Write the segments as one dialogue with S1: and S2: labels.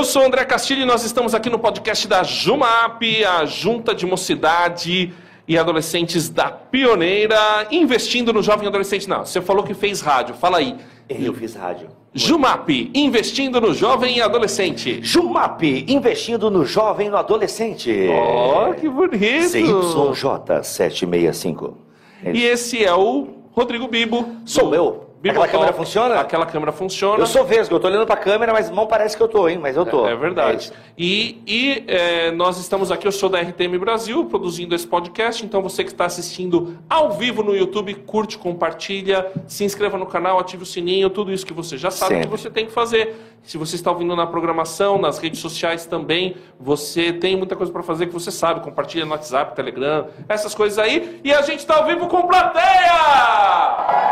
S1: sou o André Castilho e nós estamos aqui no podcast da Jumap, a Junta de Mocidade e Adolescentes da Pioneira, investindo no jovem adolescente. Não, você falou que fez rádio, fala aí.
S2: Eu fiz rádio.
S1: Jumap, investindo no jovem e adolescente.
S2: Jumap, investindo no jovem e no adolescente.
S1: Oh, que bonito.
S2: CYJ 765.
S1: E esse é o Rodrigo Bibo.
S2: Sou eu. Aquela câmera funciona?
S1: Aquela câmera funciona.
S2: Eu sou vesgo, eu tô olhando pra câmera, mas não parece que eu tô, hein? Mas eu tô.
S1: É verdade. Nós estamos aqui, eu sou da RTM Brasil, produzindo esse podcast. Então você que está assistindo ao vivo no YouTube, curte, compartilha, se inscreva no canal, ative o sininho, tudo isso que você já sabe que você tem que fazer. Se você está ouvindo na programação, nas redes sociais também, você tem muita coisa para fazer que você sabe. Compartilha no WhatsApp, Telegram, essas coisas aí. E a gente está ao vivo com plateia!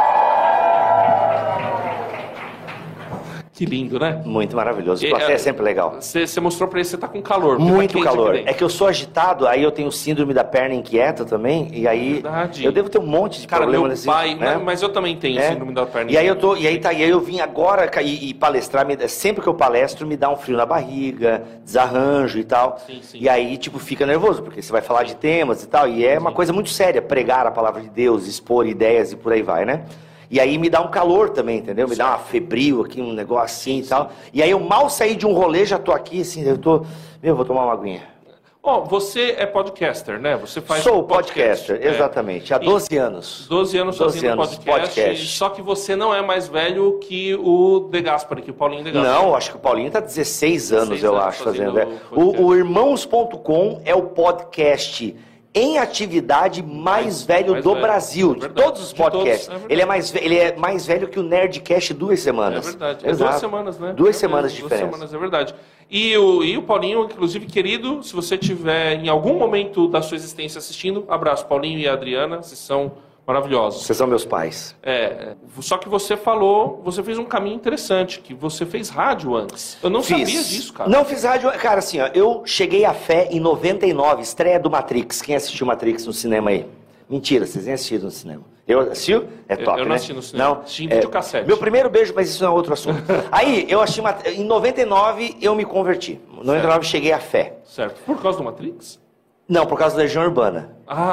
S1: Que lindo, né?
S2: Muito maravilhoso. Plateia é sempre legal.
S1: Você mostrou pra ele que você tá com calor.
S2: Muito calor. É que eu sou agitado, aí eu tenho síndrome da perna inquieta também, e aí eu devo ter um monte de problema
S1: nesse... Pai, né? Mas eu também tenho síndrome da perna inquieta.
S2: E aí eu vim agora e palestrar, sempre que eu palestro me dá um frio na barriga, desarranjo e tal. Sim. E aí, tipo, fica nervoso, porque você vai falar de temas e tal, e é uma coisa muito séria, pregar a palavra de Deus, expor ideias e por aí vai, né? E aí me dá um calor também, entendeu? Me dá uma febril aqui, um negócio assim e tal. E aí eu mal saí de um rolê, já tô aqui, assim, vou tomar uma aguinha.
S1: Você é podcaster, né? Você faz
S2: Sou podcaster, exatamente. Há 12 anos.
S1: 12 anos fazendo podcast. Só que você não é mais velho que o De Gaspari, que o Paulinho De Gaspari.
S2: Não, acho que o Paulinho tá 16 anos, eu acho, fazendo. O Irmãos.com é o podcast em atividade mais velho do Brasil, de todos os podcasts. Ele é mais velho que o Nerdcast 2 semanas.
S1: É verdade.
S2: Exato.
S1: 2 semanas, né?
S2: 2 semanas de diferença.
S1: 2 semanas, é verdade. E o Paulinho, inclusive, querido, se você tiver em algum momento da sua existência assistindo, abraço, Paulinho e a Adriana, vocês são maravilhosos.
S2: Vocês são meus pais.
S1: Só que você fez um caminho interessante, que você fez rádio antes. Eu não sabia disso, cara.
S2: Não fiz rádio, cara, assim, ó, eu cheguei à fé em 99, estreia do Matrix. Quem assistiu Matrix no cinema aí? Mentira, vocês nem assistiram no cinema. Eu assistiu? É top,
S1: eu não assisti no cinema.
S2: Não,
S1: assisti em videocassete.
S2: Meu primeiro beijo, mas isso não é outro assunto. Aí, eu assisti, em 99 eu me converti. Em 99 cheguei à fé.
S1: Certo. Por causa do Matrix?
S2: Não, por causa da Legião Urbana.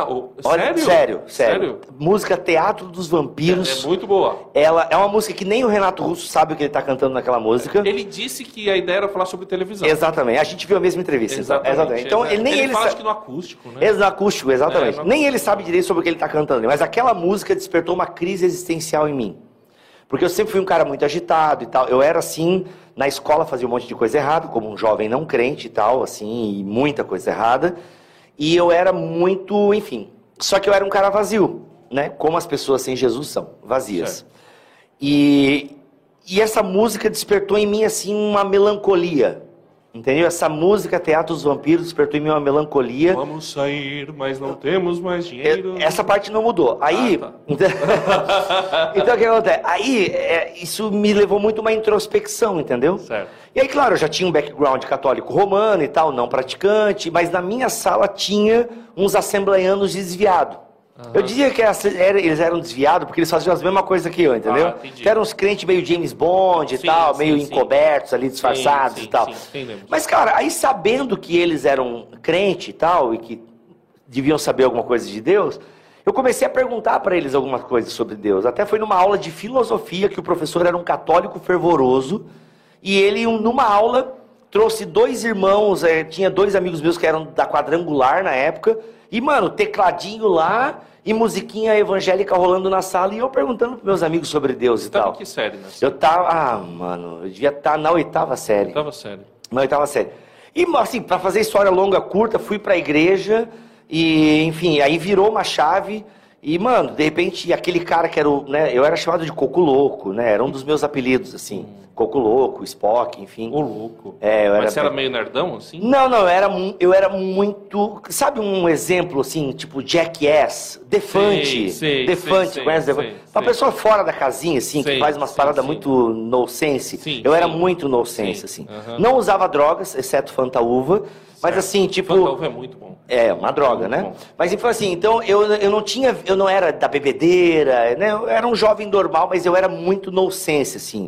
S1: Sério?
S2: Música Teatro dos Vampiros.
S1: É muito boa.
S2: Ela é uma música que nem o Renato Russo sabe o que ele está cantando naquela música.
S1: Ele disse que a ideia era falar sobre televisão.
S2: Exatamente. A gente viu a mesma entrevista. Exatamente. Então, ele
S1: fala acho que no acústico, né?
S2: No acústico, exatamente. Nem ele sabe direito sobre o que ele está cantando. Mas aquela música despertou uma crise existencial em mim. Porque eu sempre fui um cara muito agitado e tal. Eu era assim, na escola fazia um monte de coisa errada, como um jovem não crente e tal, assim, e muita coisa errada. E eu era muito, enfim, só que eu era um cara vazio, né? Como as pessoas sem Jesus são, vazias. E essa música despertou em mim, assim, uma melancolia, entendeu? Essa música, Teatro dos Vampiros, despertou em mim uma melancolia.
S1: Vamos sair, mas não temos mais dinheiro.
S2: Essa parte não mudou. Aí, então o que acontece? Aí, isso me levou muito a uma introspecção, entendeu?
S1: Certo.
S2: E aí, claro, eu já tinha um background católico romano e tal, não praticante, mas na minha sala tinha uns assembleianos desviados. Eu dizia que eles eram desviados porque eles faziam as mesmas coisas que eu, entendeu? Que eram uns crentes meio James Bond e tal, meio encobertos ali, disfarçados e tal. Mas, cara, aí sabendo que eles eram crente e tal, e que deviam saber alguma coisa de Deus, eu comecei a perguntar para eles algumas coisas sobre Deus. Até foi numa aula de filosofia que o professor era um católico fervoroso, e ele, numa aula, trouxe 2 irmãos, tinha 2 amigos meus que eram da Quadrangular na época, e, mano, tecladinho lá e musiquinha evangélica rolando na sala, e eu perguntando pros meus amigos sobre Deus e tal.
S1: Você tava em que série, né?
S2: Eu tava, mano, eu devia estar na 8ª série. Na 8ª série. E, assim, pra fazer história longa, curta, fui pra igreja, e, enfim, aí virou uma chave. E, mano, de repente, aquele cara que era eu era chamado de Coco Louco, né? Era um dos meus apelidos, assim. Coco Louco, Spock, enfim.
S1: O louco.
S2: Mas
S1: você era meio nerdão, assim?
S2: Não, eu era muito... Sabe um exemplo, assim, tipo Jackass, Defante? Defante, conhece Defante? Uma pessoa fora da casinha, assim, que faz umas paradas muito no-sense. Eu era muito no-sense, assim. Não usava drogas, exceto Fantaúva. Mas assim, tipo...
S1: Fantaúva é muito bom.
S2: É, uma droga, né? Bom. Mas enfim, assim, então eu não era da bebedeira, né? Eu era um jovem normal, mas eu era muito no-sense, assim.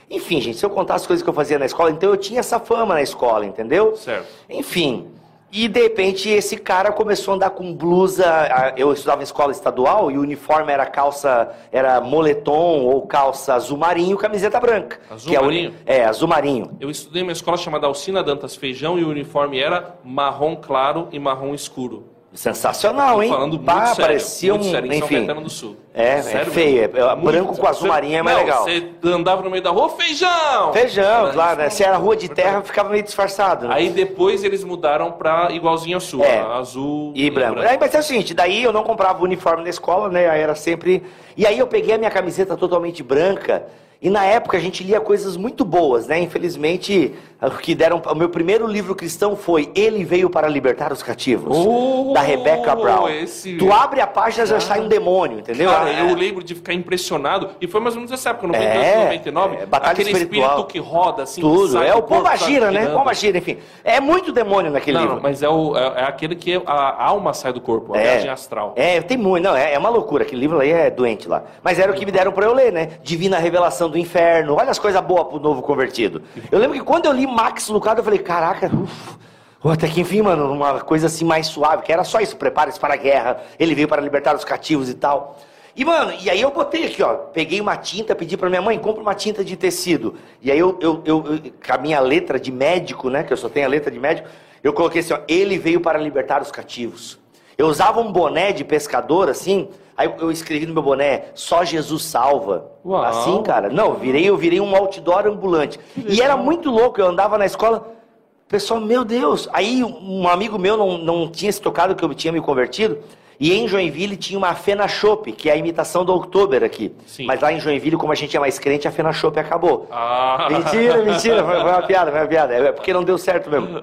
S2: Enfim, gente, se eu contar as coisas que eu fazia na escola, então eu tinha essa fama na escola, entendeu?
S1: Certo.
S2: Enfim, e de repente esse cara começou a andar com blusa, eu estudava em escola estadual e o uniforme era calça, era moletom ou calça azul marinho, camiseta branca.
S1: Azul marinho?
S2: Azul marinho.
S1: Eu estudei em uma escola chamada Alcina Dantas Feijão e o uniforme era marrom claro e marrom escuro.
S2: Sensacional, hein?
S1: Falando muito sério,
S2: parecia
S1: muito sério, em São
S2: enfim.
S1: Caetano do Sul.
S2: É feio. Branco com azul marinho é mais legal.
S1: Você andava no meio da rua, feijão!
S2: Feijão, claro, né? Se era rua de terra, ficava meio disfarçado. Né?
S1: Aí depois eles mudaram pra igualzinho a sua, azul
S2: e branco. Aí, mas é o seguinte, daí eu não comprava o uniforme na escola, né? Aí era sempre... E aí eu peguei a minha camiseta totalmente branca. E na época a gente lia coisas muito boas, né? Infelizmente, o meu primeiro livro cristão foi Ele Veio para Libertar os Cativos, da Rebecca Brown. Tu abre a página já sai um demônio, entendeu?
S1: Cara, eu lembro de ficar impressionado, e foi mais ou menos essa época, 98, 99,
S2: batalha
S1: aquele
S2: espiritual.
S1: espírito que roda, assim,
S2: tudo.
S1: que sai
S2: É
S1: do
S2: o
S1: corpo,
S2: Pombagira, né? Pombagira, enfim. É muito demônio naquele livro.
S1: Não, mas é aquele que a alma sai do corpo, a viagem astral.
S2: Tem muito, não, é uma loucura, aquele livro aí é doente lá. Mas era o que me deram pra eu ler, né? Divina Revelação do Inferno, olha as coisas boas pro novo convertido. Eu lembro que quando eu li Max Lucado, eu falei, caraca, até que enfim, mano, uma coisa assim mais suave, que era só isso, prepare-se para a guerra, ele veio para libertar os cativos e tal. E, mano, e aí eu botei aqui, ó, peguei uma tinta, pedi pra minha mãe, compra uma tinta de tecido. E aí eu com a minha letra de médico, né, que eu só tenho a letra de médico, eu coloquei assim, ó, ele veio para libertar os cativos. Eu usava um boné de pescador, assim, aí eu escrevi no meu boné, só Jesus salva.
S1: Uau.
S2: Assim, cara. Não, eu virei um outdoor ambulante. E era muito louco, eu andava na escola, pessoal, meu Deus. Aí um amigo meu não tinha se tocado que eu tinha me convertido, e em Joinville tinha uma Fena Chopp, que é a imitação do Oktober aqui.
S1: Sim.
S2: Mas lá em Joinville, como a gente é mais crente, a Fena Chopp acabou.
S1: Mentira,
S2: foi uma piada, É porque não deu certo mesmo.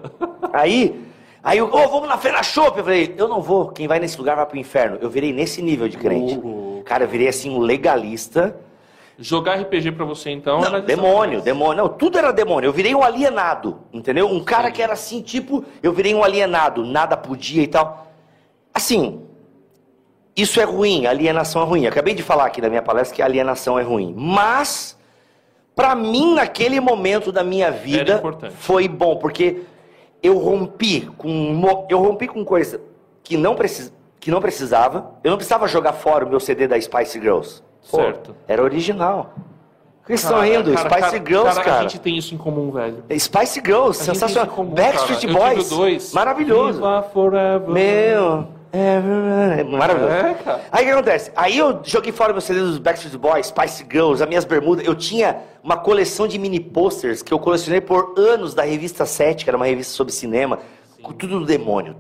S2: Aí eu, vamos na Fena Chopp. Eu falei, eu não vou, quem vai nesse lugar vai pro inferno. Eu virei nesse nível de crente. Cara, eu virei assim um legalista.
S1: Jogar RPG pra você, então,
S2: não,
S1: era
S2: demônio. Não, tudo era demônio. Eu virei um alienado, entendeu? Um cara que era assim, tipo, eu virei um alienado, nada podia e tal. Assim, isso é ruim, alienação é ruim. Eu acabei de falar aqui na minha palestra que a alienação é ruim. Mas, pra mim, naquele momento da minha vida, foi bom, porque eu rompi com coisa que não precisava. Eu não precisava jogar fora o meu CD da Spice Girls.
S1: Certo.
S2: Era original. O que vocês estão rindo? Spice Girls, cara.
S1: A gente tem isso em comum, velho.
S2: Spice Girls, sensacional. Backstreet Boys, maravilhoso.
S1: Viva Forever.
S2: Meu, maravilhoso.
S1: Cara.
S2: Aí o que acontece? Aí eu joguei fora meu CD dos Backstreet Boys, Spice Girls, as minhas bermudas. Eu tinha uma coleção de mini posters que eu colecionei por anos da revista 7, que era uma revista sobre cinema. Com tudo do demônio,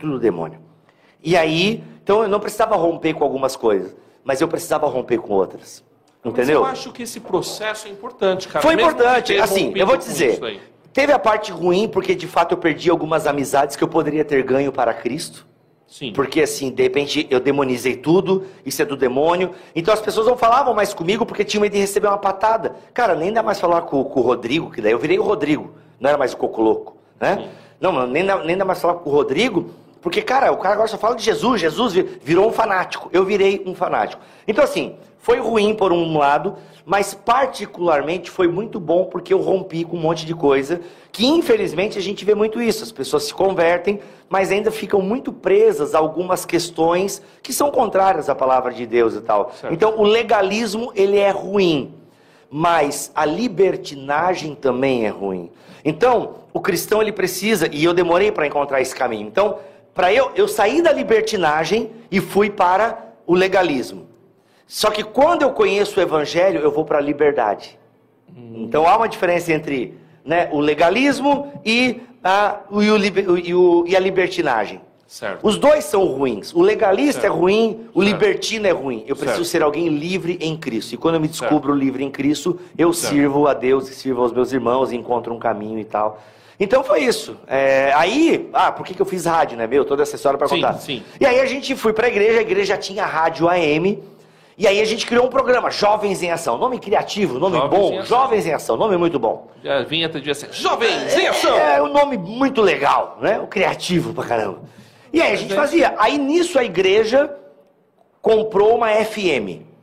S2: E aí, então eu não precisava romper com algumas coisas, mas eu precisava romper com outras. Entendeu?
S1: Mas eu acho que esse processo é importante, cara.
S2: Foi importante, assim, eu vou te dizer. Teve a parte ruim, porque de fato eu perdi algumas amizades que eu poderia ter ganho para Cristo.
S1: Sim.
S2: Porque assim, de repente eu demonizei tudo, isso é do demônio. Então as pessoas não falavam mais comigo porque tinham medo de receber uma patada. Cara, nem dá mais falar com o Rodrigo, que daí eu virei o Rodrigo, não era mais o Coco Louco, né? Sim. Não, nem dá mais falar com o Rodrigo, porque, cara, o cara agora só fala de Jesus, Jesus virou um fanático, eu virei um fanático. Então assim, foi ruim por um lado, mas particularmente foi muito bom porque eu rompi com um monte de coisa que infelizmente a gente vê muito isso. As pessoas se convertem, mas ainda ficam muito presas a algumas questões que são contrárias à palavra de Deus e tal. Certo. Então o legalismo ele é ruim, mas a libertinagem também é ruim. Então o cristão ele precisa, e eu demorei para encontrar esse caminho. Então para eu saí da libertinagem e fui para o legalismo. Só que quando eu conheço o evangelho, eu vou para a liberdade. Então há uma diferença entre, né, o legalismo e a libertinagem.
S1: Certo.
S2: Os dois são ruins. O legalista é ruim, o libertino é ruim. Eu preciso ser alguém livre em Cristo. E quando eu me descubro livre em Cristo, eu sirvo a Deus, sirvo aos meus irmãos, encontro um caminho e tal. Então foi isso. Por que eu fiz rádio, né? Toda essa história para contar.
S1: Sim.
S2: E aí a gente foi para a igreja tinha rádio AM. E aí a gente criou um programa, Jovens em Ação. Nome criativo, nome bom, Jovens em Ação, nome muito bom.
S1: A vinheta devia ser Jovens em Ação.
S2: É um nome muito legal, né? O criativo pra caramba. E aí a gente fazia. Aí nisso a igreja comprou uma FM.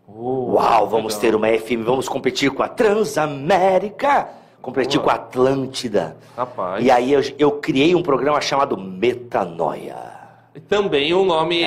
S2: Uau, vamos ter uma FM, vamos competir com a Transamérica, competir com a Atlântida.
S1: Rapaz.
S2: E aí eu criei um programa chamado Metanoia.
S1: Também o nome...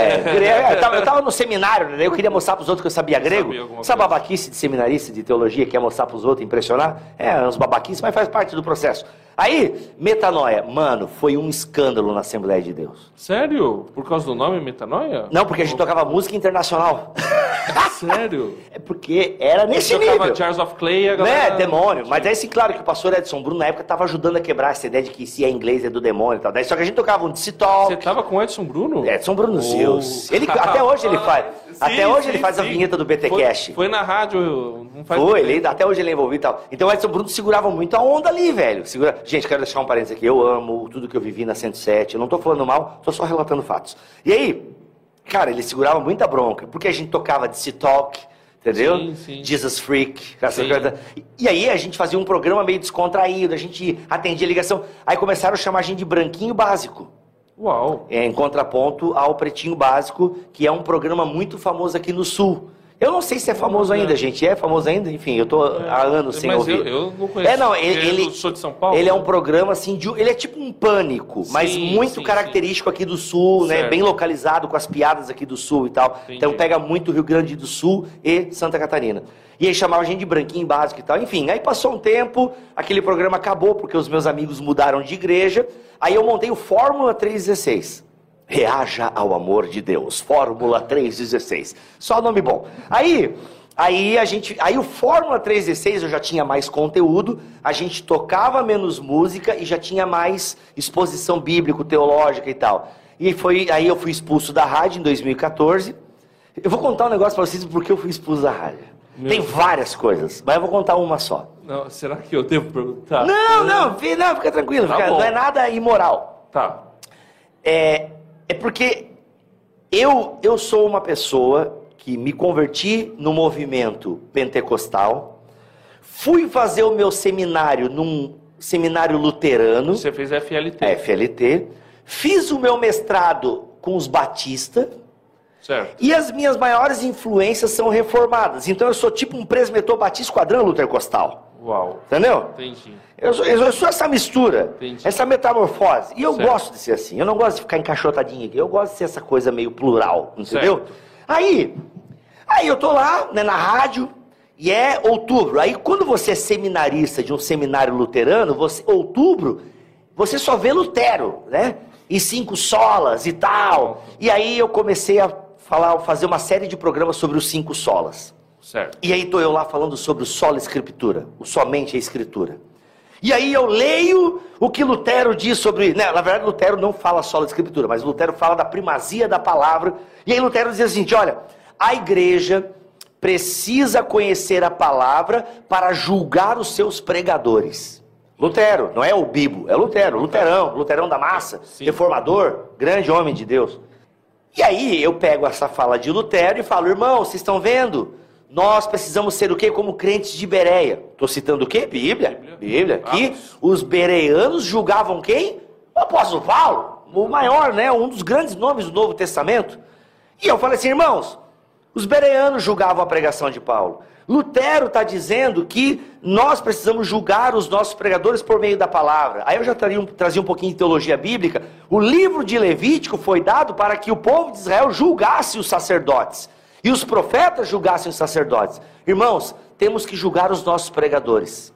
S2: Eu tava no seminário, né? Eu queria mostrar pros outros que eu sabia grego. Essa babaquice de seminarista de teologia, que é mostrar pros outros, impressionar. Uns babaquices, mas faz parte do processo. Aí, Metanoia, mano, foi um escândalo na Assembleia de Deus.
S1: Sério? Por causa do nome Metanoia?
S2: Não, porque a gente tocava música internacional.
S1: Sério?
S2: É porque era nesse nível.
S1: Tocava Jars of Clay, a galera...
S2: Demônio. Mas aí sim, claro que o pastor Edson Bruno, na época, tava ajudando a quebrar essa ideia de que se é inglês é do demônio e tal. Daí só que a gente tocava um DC Talk.
S1: Você tava com o Edson Bruno?
S2: Edson Bruno Zeus. Até hoje ele faz. Ele faz a vinheta do BT Cash.
S1: Foi na rádio, não faz
S2: até hoje ele é envolvido e tal. Então o Edson Bruno segurava muito a onda ali, velho. Gente, quero deixar um parênteses aqui. Eu amo tudo que eu vivi na 107. Eu não tô falando mal, tô só relatando fatos. E aí, cara, ele segurava muita bronca. Porque a gente tocava DC Talk, entendeu?
S1: Sim.
S2: Jesus Freak. E aí a gente fazia um programa meio descontraído, a gente atendia a ligação. Aí começaram a chamar a gente de Branquinho Básico.
S1: Uau!
S2: Em contraponto ao Pretinho Básico, que é um programa muito famoso aqui no Sul. Eu não sei se é famoso ainda, gente. É famoso ainda? Enfim, eu tô há anos sem ouvir.
S1: Eu não conheço.
S2: Eu
S1: sou de São Paulo.
S2: Ele é um programa assim, ele é tipo um Pânico, mas muito característico aqui do Sul, né? Bem localizado, com as piadas aqui do Sul e tal. Entendi. Então pega muito Rio Grande do Sul e Santa Catarina. E aí chamava a gente de Branquinho Básico e tal. Enfim, aí passou um tempo, aquele programa acabou porque os meus amigos mudaram de igreja. Aí eu montei o Fórmula 316. Reaja ao amor de Deus. Fórmula 316. Só nome bom. Aí o Fórmula 316 eu já tinha mais conteúdo, a gente tocava menos música e já tinha mais exposição bíblico-teológica e tal. Aí eu fui expulso da rádio em 2014. Eu vou contar um negócio pra vocês porque eu fui expulso da rádio. Tem várias coisas, mas eu vou contar uma só.
S1: Não, será que eu devo perguntar?
S2: Não, fica tranquilo, não é nada imoral.
S1: Tá.
S2: É porque eu sou uma pessoa que me converti no movimento pentecostal, fui fazer o meu seminário num seminário luterano.
S1: Você fez FLT.
S2: FLT. Fiz o meu mestrado com os batistas.
S1: Certo.
S2: E as minhas maiores influências são reformadas. Então eu sou tipo um presmetor batista esquadrão lutercostal.
S1: Uau.
S2: Entendeu?
S1: Entendi.
S2: Eu sou essa mistura, essa metamorfose. E eu gosto de ser assim. Eu não gosto de ficar encaixotadinho aqui. Eu gosto de ser essa coisa meio plural, entendeu?
S1: Certo.
S2: Aí eu tô lá, né, na rádio, e é outubro. Aí quando você é seminarista de um seminário luterano, outubro, você só vê Lutero, né? E 5 solas e tal. E aí eu comecei a fazer uma série de programas sobre os 5 solas.
S1: Certo.
S2: E aí tô eu lá falando sobre o sola escritura, o somente a escritura. E aí eu leio o que Lutero diz sobre... Né, na verdade, Lutero não fala sola escritura, mas Lutero fala da primazia da palavra. E aí Lutero diz assim, olha, a igreja precisa conhecer a palavra para julgar os seus pregadores. Lutero, não é o Bibo, é Lutero, Luterão da massa, sim, reformador, grande homem de Deus. E aí eu pego essa fala de Lutero e falo, irmão, vocês estão vendo? Nós precisamos ser o quê? Como crentes de Bereia. Estou citando o quê? Bíblia. Que os bereanos julgavam quem? O apóstolo Paulo, o maior, né? Um dos grandes nomes do Novo Testamento. E eu falei assim, irmãos, os bereanos julgavam a pregação de Paulo. Lutero está dizendo que nós precisamos julgar os nossos pregadores por meio da palavra. Aí eu já trazia um pouquinho de teologia bíblica. O livro de Levítico foi dado para que o povo de Israel julgasse os sacerdotes. E os profetas julgassem os sacerdotes. Irmãos, temos que julgar os nossos pregadores.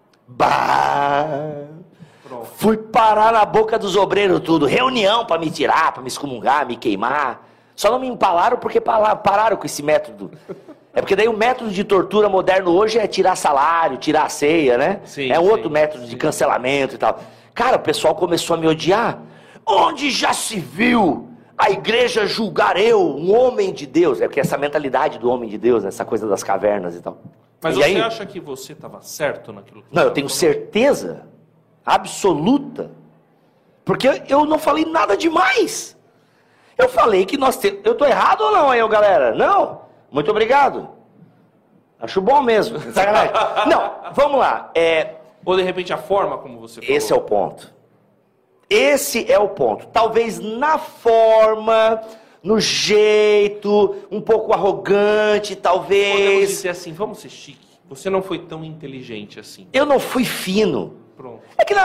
S2: Fui parar na boca dos obreiros tudo. Reunião para me tirar, para me excomungar, me queimar. Só não me empalaram porque pararam com esse método. É porque daí o método de tortura moderno hoje é tirar salário, tirar a ceia, né?
S1: Sim,
S2: é um outro método de cancelamento e tal. Cara, o pessoal começou a me odiar. Onde já se viu a igreja julgar eu, um homem de Deus? É porque essa mentalidade do homem de Deus, essa coisa das cavernas e tal.
S1: Mas
S2: e
S1: você
S2: aí,
S1: acha que você estava certo naquilo que
S2: não, eu tenho certeza absoluta. Porque eu não falei nada demais. Eu falei que nós temos... Eu estou errado ou não aí, galera? Não? Muito obrigado. Acho bom mesmo. Sacanagem. Não, vamos lá.
S1: Ou de repente a forma como você falou.
S2: Esse é o ponto. Esse é o ponto. Talvez na forma, no jeito, um pouco arrogante, talvez.
S1: Podemos dizer assim, vamos ser chique. Você não foi tão inteligente assim.
S2: Eu não fui fino.
S1: Pronto.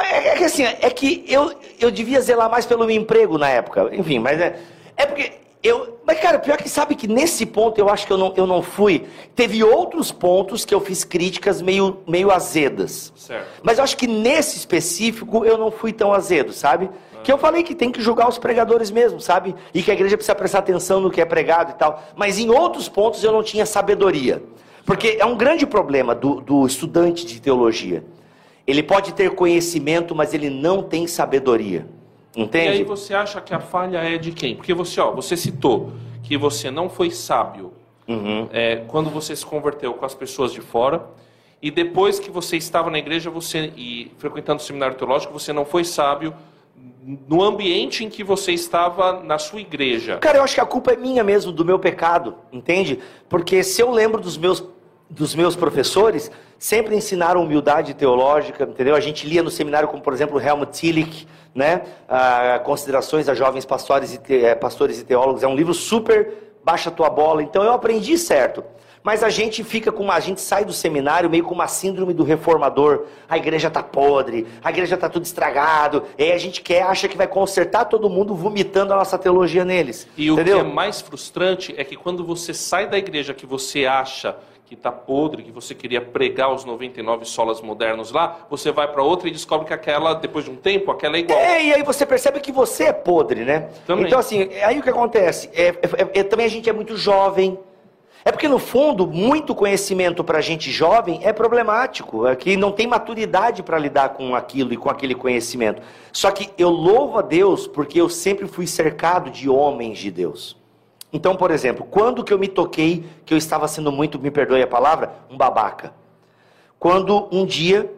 S2: É que eu devia zelar mais pelo meu emprego na época. Enfim, mas é porque Mas, cara, pior que sabe que nesse ponto eu acho que eu não fui. Teve outros pontos que eu fiz críticas meio azedas.
S1: Certo.
S2: Mas eu acho que nesse específico eu não fui tão azedo, sabe? Que eu falei que tem que julgar os pregadores mesmo, sabe? E que a igreja precisa prestar atenção no que é pregado e tal. Mas em outros pontos eu não tinha sabedoria. Porque é um grande problema do estudante de teologia. Ele pode ter conhecimento, mas ele não tem sabedoria. Entende?
S1: E aí você acha que a falha é de quem? Porque você citou que você não foi sábio quando você se converteu com as pessoas de fora, e depois que você estava na igreja e frequentando o seminário teológico, você não foi sábio no ambiente em que você estava na sua igreja.
S2: Cara, eu acho que a culpa é minha mesmo, do meu pecado, entende? Porque se eu lembro dos meus professores, sempre ensinaram humildade teológica, entendeu? A gente lia no seminário como, por exemplo, Helmut Tillich, né? Considerações a jovens pastores e teólogos. É um livro super baixa a tua bola. Então eu aprendi certo. Mas a gente sai do seminário meio com uma síndrome do reformador. A igreja tá podre, a igreja tá tudo estragado. E aí a gente acha que vai consertar todo mundo vomitando a nossa teologia neles.
S1: E entendeu? O que é mais frustrante é que quando você sai da igreja que você acha que está podre, que você queria pregar os 99 solas modernos lá, você vai para outra e descobre que aquela, depois de um tempo, aquela é igual.
S2: E aí você percebe que você é podre, né?
S1: Também.
S2: Então assim, aí o que acontece? Também a gente é muito jovem. É porque no fundo, muito conhecimento para gente jovem é problemático, é que não tem maturidade para lidar com aquilo e com aquele conhecimento. Só que eu louvo a Deus porque eu sempre fui cercado de homens de Deus. Então, por exemplo, quando que eu me toquei que eu estava sendo muito, me perdoe a palavra, um babaca? Quando um dia,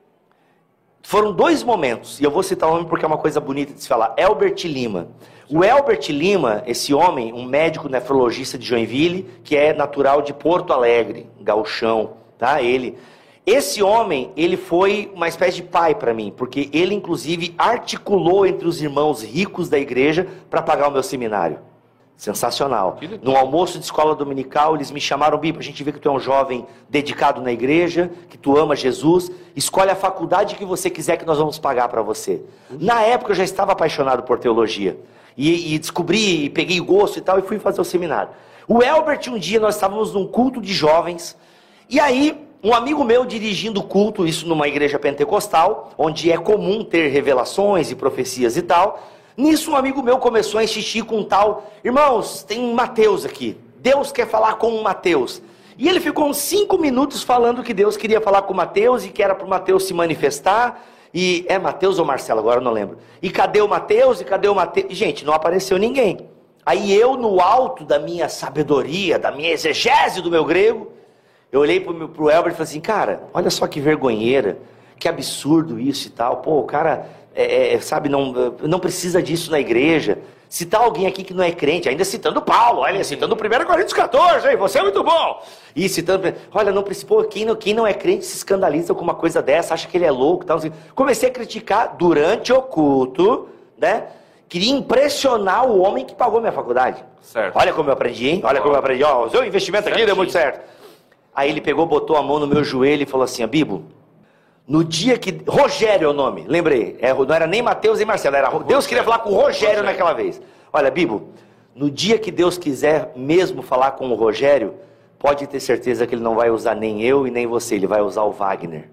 S2: foram 2 momentos, e eu vou citar o nome porque é uma coisa bonita de se falar, Elbert Lima. O Elbert Lima, esse homem, um médico nefrologista de Joinville, que é natural de Porto Alegre, gauchão, tá? Esse homem, ele foi uma espécie de pai para mim, porque ele inclusive articulou entre os irmãos ricos da igreja para pagar o meu seminário. Sensacional. No almoço de escola dominical, eles me chamaram, Bibo, a gente vê que tu é um jovem dedicado na igreja, que tu ama Jesus, escolhe a faculdade que você quiser que nós vamos pagar para você. Na época eu já estava apaixonado por teologia, e descobri, e peguei gosto e tal, e fui fazer o seminário. O Elbert, um dia, nós estávamos num culto de jovens, e aí, um amigo meu dirigindo o culto, isso numa igreja pentecostal, onde é comum ter revelações e profecias e tal. Nisso um amigo meu começou a insistir com um tal, irmãos, tem um Mateus aqui, Deus quer falar com um Mateus. E ele ficou uns 5 minutos falando que Deus queria falar com o Mateus e que era para o Mateus se manifestar. E é Mateus ou Marcelo, agora eu não lembro. E cadê o Mateus? E cadê o Mateus? Gente, não apareceu ninguém. Aí eu, no alto da minha sabedoria, da minha exegese do meu grego, eu olhei pro Elbert e falei assim, cara, olha só que vergonheira, que absurdo isso e tal. Pô, o cara... sabe, não precisa disso na igreja. Citar alguém aqui que não é crente, ainda citando Paulo, olha, citando 1 Coríntios 14, hein, você é muito bom. E citando, olha, não precisa, pô, quem não é crente se escandaliza com uma coisa dessa, acha que ele é louco, tal. Comecei a criticar durante o culto, né? Queria impressionar o homem que pagou minha faculdade.
S1: Certo.
S2: Olha como eu aprendi, hein? Olha como eu aprendi, ó, o seu investimento aqui deu muito certo. Aí ele pegou, botou a mão no meu joelho e falou assim, Bibo, no dia que... Rogério é o nome, lembrei. Não era nem Mateus nem Marcelo, era Deus queria falar com o Rogério naquela vez. Olha, Bibo, no dia que Deus quiser mesmo falar com o Rogério, pode ter certeza que ele não vai usar nem eu e nem você, ele vai usar o Wagner.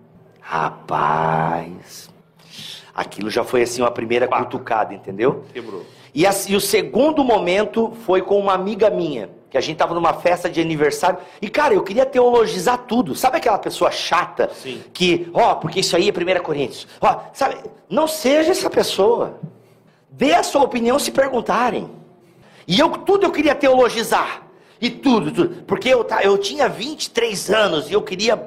S2: Rapaz, aquilo já foi assim uma primeira cutucada, entendeu?
S1: Quebrou.
S2: E o segundo momento foi com uma amiga minha, que a gente tava numa festa de aniversário, e cara, eu queria teologizar tudo, sabe aquela pessoa chata?
S1: Sim.
S2: Que, porque isso aí é 1 Coríntios, sabe, não seja essa pessoa, dê a sua opinião se perguntarem, e tudo eu queria teologizar, e tudo, porque eu tinha 23 anos, e eu queria,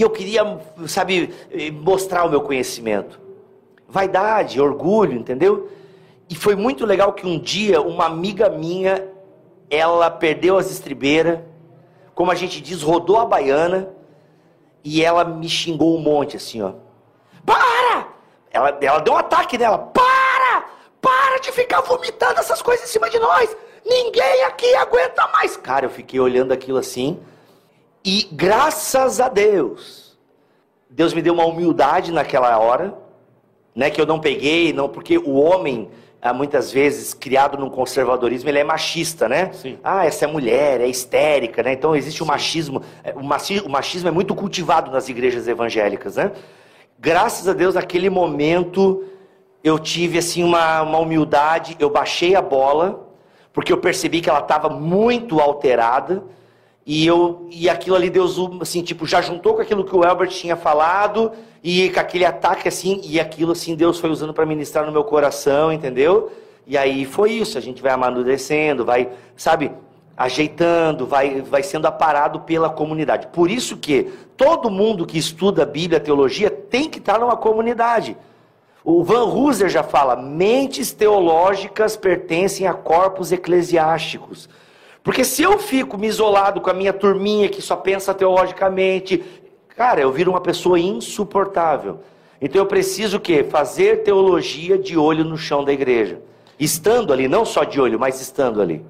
S2: sabe, mostrar o meu conhecimento, vaidade, orgulho, entendeu? E foi muito legal que um dia, uma amiga minha, ela perdeu as estribeiras, como a gente diz, rodou a baiana, e ela me xingou um monte, assim, ó. Para! Ela deu um ataque nela. Para de ficar vomitando essas coisas em cima de nós. ninguém aqui aguenta mais. Cara, eu fiquei olhando aquilo assim, e graças a Deus, Deus me deu uma humildade naquela hora, né, que eu não peguei, não, porque o homem, muitas vezes, criado num conservadorismo, ele é machista, né?
S1: Sim.
S2: Essa é mulher, é histérica, né? Então existe o machismo. O machismo é muito cultivado nas igrejas evangélicas, né? Graças a Deus, naquele momento, eu tive, assim, uma humildade, eu baixei a bola, porque eu percebi que ela estava muito alterada, e aquilo ali, Deus, assim, tipo, já juntou com aquilo que o Elbert tinha falado, e com aquele ataque, assim, e aquilo, assim, Deus foi usando para ministrar no meu coração, entendeu? E aí foi isso, a gente vai amadurecendo, vai, sabe, ajeitando, vai sendo aparado pela comunidade. Por isso que todo mundo que estuda Bíblia, teologia, tem que estar numa comunidade. O Van Hooser já fala, mentes teológicas pertencem a corpos eclesiásticos. Porque se eu fico me isolado com a minha turminha que só pensa teologicamente, cara, eu viro uma pessoa insuportável. Então eu preciso o quê? Fazer teologia de olho no chão da igreja. Estando ali, não só de olho, mas estando ali.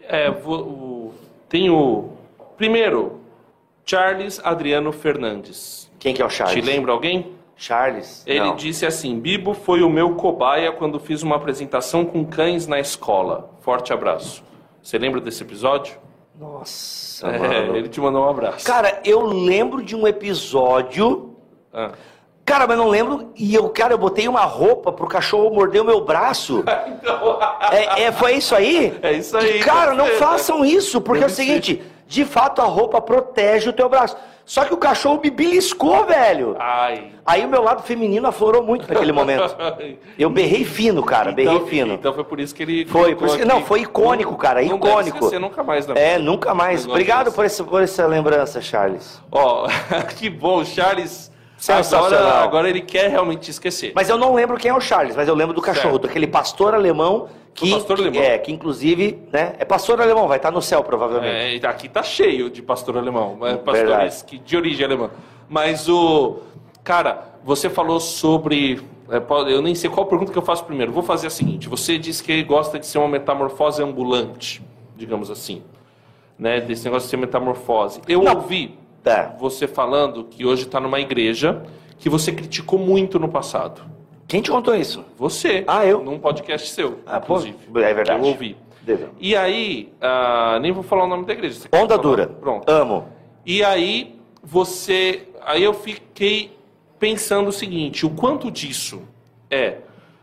S1: Tenho, primeiro, Charles Adriano Fernandes.
S2: Quem que é o Charles?
S1: Te lembra alguém?
S2: Charles?
S1: Ele
S2: não.
S1: disse assim, Bibo foi o meu cobaia quando fiz uma apresentação com cães na escola. Forte abraço. Você lembra desse episódio?
S2: Nossa, mano.
S1: Ele te mandou um abraço.
S2: Cara, eu lembro de um episódio... Cara, mas não lembro... E eu botei uma roupa pro cachorro morder o meu braço.
S1: Então...
S2: Foi isso aí?
S1: É isso aí.
S2: Cara, não façam isso, porque é o seguinte... De fato, a roupa protege o teu braço. Só que o cachorro me beliscou, velho.
S1: Ai.
S2: Aí o meu lado feminino aflorou muito naquele momento. Eu berrei fino, cara, berrei fino.
S1: Então foi por isso que ele...
S2: Foi icônico, cara, icônico. Não deve
S1: esquecer nunca mais, né?
S2: Nunca mais. Obrigado por essa lembrança, Charles.
S1: Que bom, Charles...
S2: Sensacional.
S1: Agora ele quer realmente esquecer.
S2: Mas eu não lembro quem é o Charles, mas eu lembro do cachorro,
S1: certo.
S2: daquele pastor alemão que inclusive, né, é pastor alemão, vai estar no céu provavelmente.
S1: Aqui tá cheio de pastor alemão, pastores de origem alemã. Mas cara, você falou sobre, eu nem sei qual pergunta que eu faço primeiro. Vou fazer a seguinte: você disse que gosta de ser uma metamorfose ambulante, digamos assim, né, desse negócio de ser metamorfose. Eu ouvi você falando que hoje está numa igreja que você criticou muito no passado.
S2: Quem te contou isso?
S1: Você.
S2: Eu?
S1: Num podcast seu,
S2: inclusive. É verdade.
S1: Eu ouvi. E aí, nem vou falar o nome da igreja.
S2: Onda Dura.
S1: Pronto.
S2: Amo.
S1: E aí, aí eu fiquei pensando o seguinte, o quanto disso é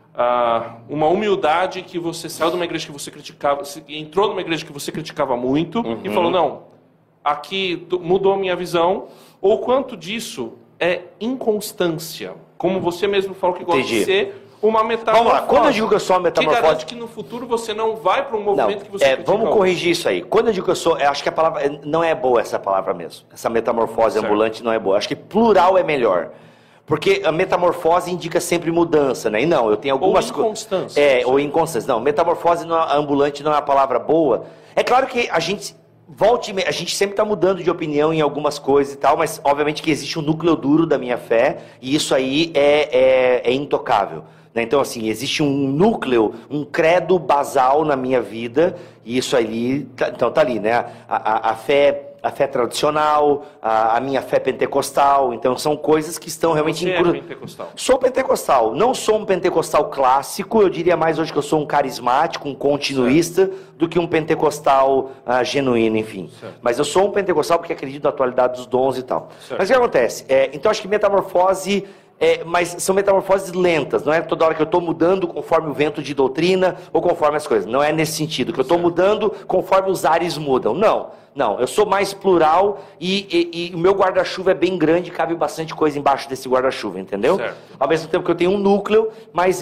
S1: uma humildade que você saiu de uma igreja que você criticava, entrou numa igreja que você criticava muito e falou, não, aqui mudou a minha visão, ou quanto disso é inconstância, como você mesmo falou que gosta de ser uma metamorfose.
S2: Vamos lá, quando eu digo que eu sou uma metamorfose...
S1: Que garante que no futuro você não vai para um movimento que você critica.
S2: Vamos corrigir isso aí. Quando eu digo que eu sou... Eu acho que a palavra... Não é boa essa palavra mesmo. Essa metamorfose ambulante não é boa. Acho que plural é melhor. Porque a metamorfose indica sempre mudança, né? E não, eu tenho algumas coisas...
S1: Ou inconstância.
S2: Ou inconstância. Não, metamorfose ambulante não é uma palavra boa. É claro que a gente... A gente sempre está mudando de opinião em algumas coisas e tal, mas obviamente que existe um núcleo duro da minha fé, e isso aí é intocável. Né? Então, assim, existe um núcleo, um credo basal na minha vida, e isso ali, então tá ali, né? A fé tradicional, a minha fé pentecostal, então são coisas que estão realmente...
S1: Você é pentecostal?
S2: Sou pentecostal, não sou um pentecostal clássico, eu diria mais hoje que eu sou um carismático, um continuista, do que um pentecostal genuíno, enfim. Certo. Mas eu sou um pentecostal porque acredito na atualidade dos dons e tal. Certo. Mas o que acontece? Então acho que metamorfose... mas são metamorfoses lentas, não é toda hora que eu estou mudando conforme o vento de doutrina ou conforme as coisas. Não é nesse sentido, que eu estou mudando conforme os ares mudam. Não, eu sou mais plural e o meu guarda-chuva é bem grande, cabe bastante coisa embaixo desse guarda-chuva, entendeu? Certo. Ao mesmo tempo que eu tenho um núcleo, mas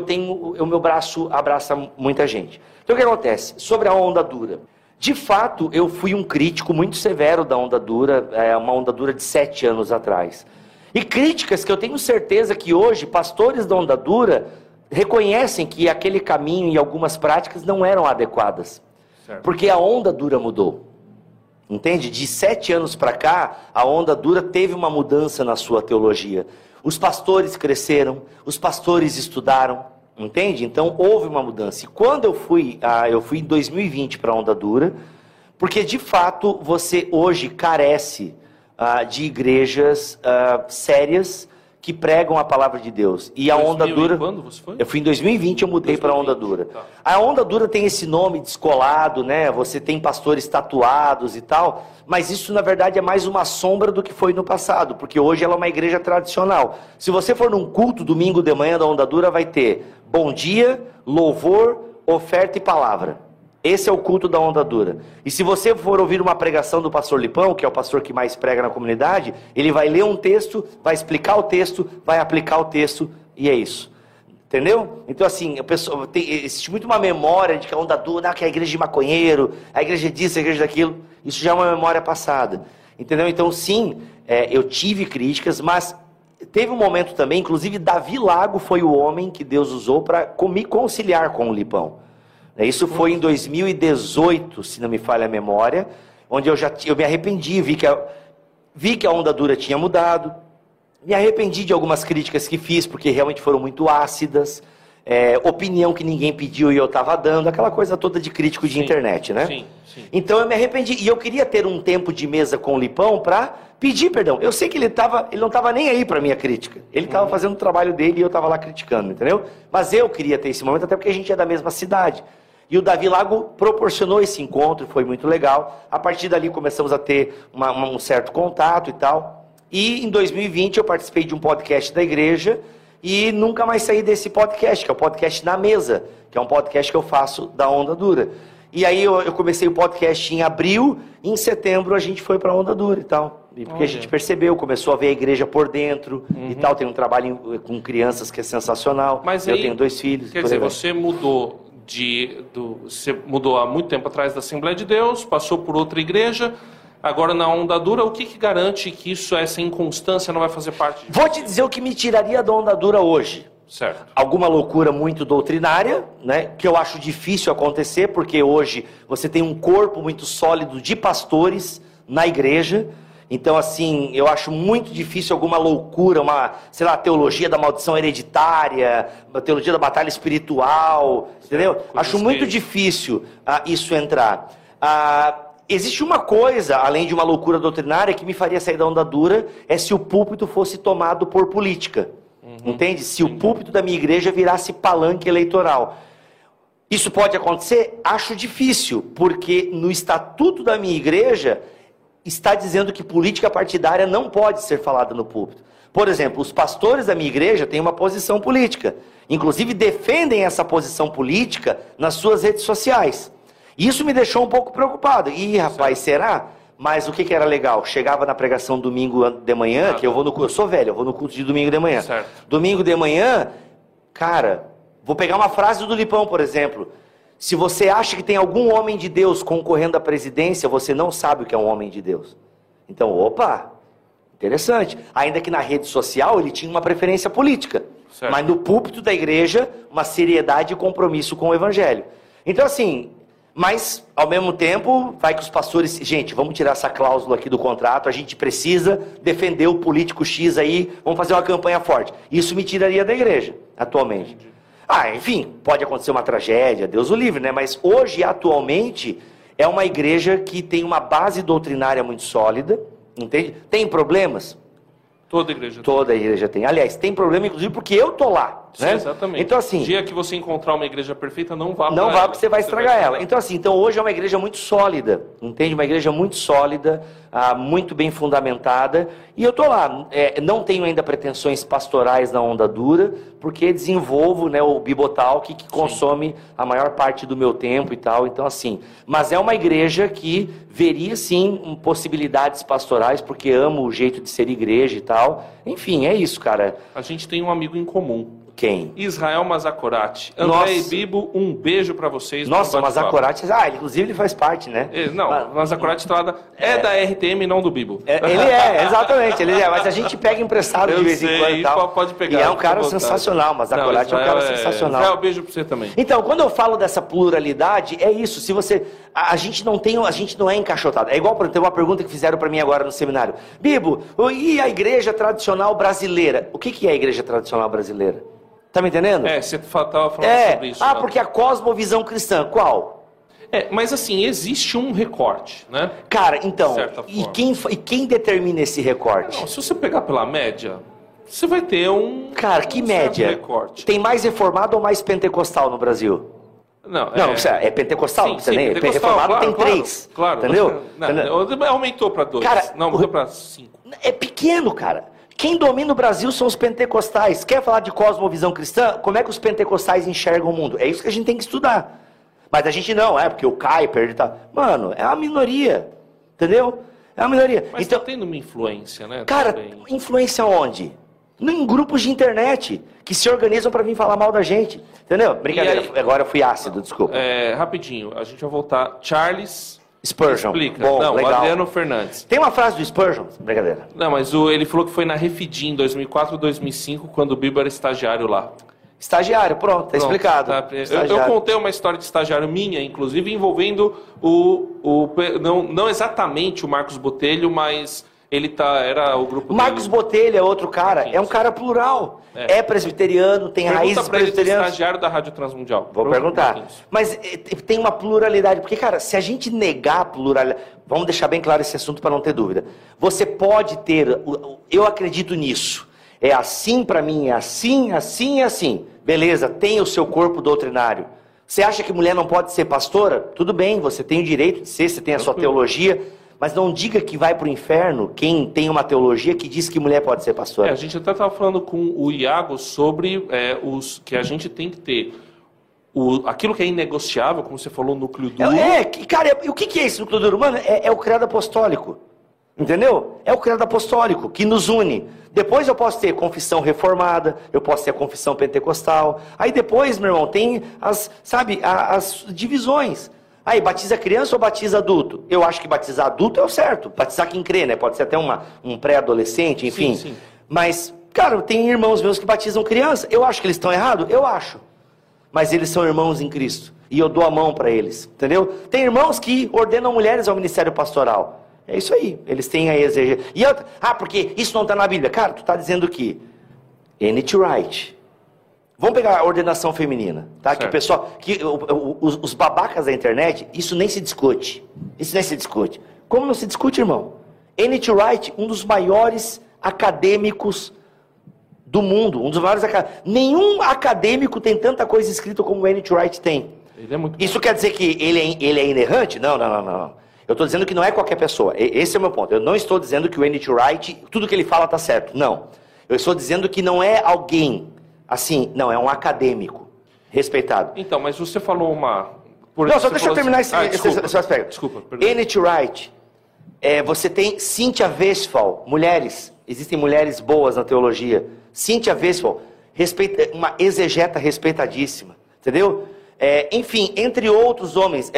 S2: o meu braço abraça muita gente. Então o que acontece? Sobre a onda dura. De fato, eu fui um crítico muito severo da onda dura, uma onda dura de 7 anos atrás. E críticas que eu tenho certeza que hoje pastores da onda dura reconhecem que aquele caminho e algumas práticas não eram adequadas. Certo. Porque a onda dura mudou. Entende? De 7 anos para cá, a onda dura teve uma mudança na sua teologia. Os pastores cresceram, os pastores estudaram. Entende? Então houve uma mudança. E quando eu fui em 2020 para a Onda Dura, porque de fato você hoje carece de igrejas sérias que pregam a palavra de Deus. E a Onda Dura...
S1: Quando você foi?
S2: Eu fui em 2020, eu mudei para a Onda Dura.
S1: Tá.
S2: A Onda Dura tem esse nome descolado, né? Você tem pastores tatuados e tal, mas isso na verdade é mais uma sombra do que foi no passado, porque hoje ela é uma igreja tradicional. Se você for num culto domingo de manhã da Onda Dura, vai ter bom dia, louvor, oferta e palavra. Esse é o culto da Onda Dura. E se você for ouvir uma pregação do pastor Lipão, que é o pastor que mais prega na comunidade, ele vai ler um texto, vai explicar o texto, vai aplicar o texto, e é isso. Entendeu? Então assim, existe muito uma memória de que a Onda Dura, que é a igreja de maconheiro, a igreja disso, a igreja daquilo. Isso já é uma memória passada. Entendeu? Então sim, eu tive críticas, mas teve um momento também, inclusive Davi Lago foi o homem que Deus usou para me conciliar com o Lipão. Isso foi em 2018, se não me falha a memória, onde eu me arrependi, vi que a Onda Dura tinha mudado, me arrependi de algumas críticas que fiz, porque realmente foram muito ácidas, opinião que ninguém pediu e eu estava dando, aquela coisa toda de crítico de internet, né?
S1: Sim.
S2: Então eu me arrependi, e eu queria ter um tempo de mesa com o Lipão para pedir perdão. Eu sei que ele não estava nem aí para minha crítica, ele estava fazendo o trabalho dele e eu estava lá criticando, entendeu? Mas eu queria ter esse momento, até porque a gente é da mesma cidade. E o Davi Lago proporcionou esse encontro, foi muito legal. A partir dali começamos a ter um certo contato e tal. E em 2020 eu participei de um podcast da igreja e nunca mais saí desse podcast, que é o podcast Na Mesa, que é um podcast que eu faço da Onda Dura. E aí eu comecei o podcast em abril, e em setembro a gente foi para a Onda Dura e tal. Porque a gente percebeu, começou a ver a igreja por dentro e tal. Tem um trabalho com crianças que é sensacional.
S1: Mas
S2: eu
S1: aí,
S2: tenho 2 filhos.
S1: Quer dizer, você mudou... Você mudou há muito tempo atrás da Assembleia de Deus, passou por outra igreja, agora na Onda Dura, o que garante que essa inconstância não vai fazer parte disso?
S2: Vou te dizer o que me tiraria da Onda Dura hoje.
S1: Certo.
S2: Alguma loucura muito doutrinária, né? Que eu acho difícil acontecer, porque hoje você tem um corpo muito sólido de pastores na igreja. Então, assim, eu acho muito difícil alguma loucura, sei lá, teologia da maldição hereditária, uma teologia da batalha espiritual, entendeu? Acho muito difícil isso entrar. Existe uma coisa, além de uma loucura doutrinária, que me faria sair da Onda Dura, é se o púlpito fosse tomado por política. Entende? Se o púlpito da minha igreja virasse palanque eleitoral. Isso pode acontecer? Acho difícil, porque no estatuto da minha igreja está dizendo que política partidária não pode ser falada no púlpito. Por exemplo, os pastores da minha igreja têm uma posição política. Inclusive defendem essa posição política nas suas redes sociais. Isso me deixou um pouco preocupado. Ih, rapaz, será? Mas o que era legal? Chegava na pregação domingo de manhã, que eu sou velho, eu vou no culto de domingo de manhã.
S1: Certo.
S2: Domingo de manhã, cara, vou pegar uma frase do Lipão, por exemplo. Se você acha que tem algum homem de Deus concorrendo à presidência, você não sabe o que é um homem de Deus. Então, opa, interessante. Ainda que na rede social ele tinha uma preferência política.
S1: Certo.
S2: Mas no púlpito da igreja, uma seriedade e compromisso com o evangelho. Então, assim, mas ao mesmo tempo, vai que os pastores... Gente, vamos tirar essa cláusula aqui do contrato, a gente precisa defender o político X aí, vamos fazer uma campanha forte. Isso me tiraria da igreja, atualmente. Enfim, pode acontecer uma tragédia, Deus o livre, né? Mas hoje, atualmente, é uma igreja que tem uma base doutrinária muito sólida, entende? Tem problemas?
S1: Toda igreja tem.
S2: Toda igreja tem. Aliás, tem problema, inclusive, porque eu tô lá.
S1: Sim,
S2: né?
S1: Exatamente.
S2: Então, assim,
S1: o dia que você encontrar uma igreja perfeita, não vá
S2: não vá porque você vai estragar ela. Então, assim, hoje é uma igreja muito sólida, entende? Uma igreja muito sólida, muito bem fundamentada. E eu tô lá. Não tenho ainda pretensões pastorais na Onda Dura, porque desenvolvo, né, o Bibotalk, que consome a maior parte do meu tempo e tal. Então, assim, mas é uma igreja que veria, sim, possibilidades pastorais, porque amo o jeito de ser igreja e tal. Enfim, é isso, cara.
S1: A gente tem um amigo em comum.
S2: Quem?
S1: Israel Mazakorati. André e Bibo, um beijo pra vocês.
S2: Nossa, Mazakorati, inclusive ele faz parte, né?
S1: Não, Mazakorati é da RTM, não do Bibo.
S2: Exatamente, mas a gente pega emprestado de vez em quando e tal.
S1: Pode pegar.
S2: E é um cara sensacional, Mazakorati é um cara sensacional.
S1: Israel, beijo pra você também.
S2: Então, quando eu falo dessa pluralidade, é isso, se você... A gente não é encaixotado. É igual, por exemplo, uma pergunta que fizeram pra mim agora no seminário. Bibo, e a igreja tradicional brasileira? O que é a igreja tradicional brasileira? Tá me entendendo?
S1: Você tava falando sobre isso.
S2: Porque a cosmovisão cristã, qual?
S1: Mas assim, existe um recorte, né?
S2: Cara, então, e quem determina esse recorte?
S1: Não, se você pegar pela média, você vai ter um...
S2: Cara, que média?
S1: Recorte.
S2: Tem mais reformado ou mais pentecostal no Brasil?
S1: Não,
S2: é pentecostal?
S1: Sim, pentecostal,
S2: reformado
S1: claro,
S2: tem 3.
S1: Claro.
S2: Entendeu?
S1: Aumentou para 2.
S2: Cara,
S1: não, aumentou para 5.
S2: É pequeno, cara. Quem domina o Brasil são os pentecostais. Quer falar de cosmovisão cristã? Como é que os pentecostais enxergam o mundo? É isso que a gente tem que estudar. Mas a gente não, porque o Kuyper tá... Mano, é uma minoria. Entendeu? É uma minoria.
S1: Mas
S2: então,
S1: tá tendo uma influência, né?
S2: Cara,
S1: também.
S2: Influência onde? Em grupos de internet que se organizam para vir falar mal da gente. Entendeu? Brincadeira, agora eu fui ácido, desculpa.
S1: Rapidinho, a gente vai voltar. Charles
S2: Spurgeon.
S1: Explica.
S2: Bom,
S1: não,
S2: legal.
S1: Adriano Fernandes.
S2: Tem uma frase do Spurgeon, brincadeira.
S1: Não, mas ele falou que foi na Refidim, em 2004, 2005, quando o Bibo era estagiário lá.
S2: Estagiário, pronto, tá explicado.
S1: Tá. Eu contei uma história de estagiário minha, inclusive, envolvendo não exatamente o Marcos Botelho, mas era o grupo
S2: Marcos
S1: dele.
S2: Botelho é outro cara, é um cara plural. É presbiteriano, tem raízes presbiterianas.
S1: Estagiário da Rádio Transmundial.
S2: Vou perguntar. Mas tem uma pluralidade, porque, cara, se a gente negar a pluralidade... Vamos deixar bem claro esse assunto para não ter dúvida. Você pode ter... Eu acredito nisso. É assim para mim, é assim, assim e assim. Beleza, tem o seu corpo doutrinário. Você acha que mulher não pode ser pastora? Tudo bem, você tem o direito de ser, você tem a sua teologia... Mas não diga que vai para o inferno quem tem uma teologia que diz que mulher pode ser pastora.
S1: A gente até estava falando com o Iago sobre que a gente tem que ter aquilo que é inegociável, como você falou, núcleo duro.
S2: Cara, o que é esse núcleo duro? Mano, é o credo apostólico. Entendeu? É o credo apostólico que nos une. Depois eu posso ter confissão reformada, eu posso ter a confissão pentecostal. Aí depois, meu irmão, tem as divisões. Aí, batiza criança ou batiza adulto? Eu acho que batizar adulto é o certo. Batizar quem crê, né? Pode ser até um pré-adolescente, enfim.
S1: Sim.
S2: Mas, cara, tem irmãos meus que batizam criança. Eu acho que eles estão errados? Eu acho. Mas eles são irmãos em Cristo. E eu dou a mão para eles, entendeu? Tem irmãos que ordenam mulheres ao ministério pastoral. É isso aí. Eles têm a exegese. Porque isso não está na Bíblia. Cara, tu está dizendo que N.T. Wright... Vamos pegar a ordenação feminina, tá?
S1: Certo.
S2: Que o pessoal, os babacas da internet, isso nem se discute. Isso nem se discute. Como não se discute, irmão? N.T. Wright, um dos maiores acadêmicos do mundo, nenhum acadêmico tem tanta coisa escrita como o N.T. Wright tem.
S1: Ele é muito
S2: Isso quer dizer que ele é inerrante? Não. Eu estou dizendo que não é qualquer pessoa. Esse é o meu ponto. Eu não estou dizendo que o N.T. Wright, tudo que ele fala está certo. Não. Eu estou dizendo que não é alguém... Assim, não, é um acadêmico, respeitado.
S1: Então, mas você falou
S2: só deixa eu terminar esse aspecto.
S1: Desculpa, perdão.
S2: N.T. Wright, você tem Cynthia Westphal, mulheres, existem mulheres boas na teologia. Cynthia Westphal, uma exegeta respeitadíssima, entendeu? Enfim, entre outros homens,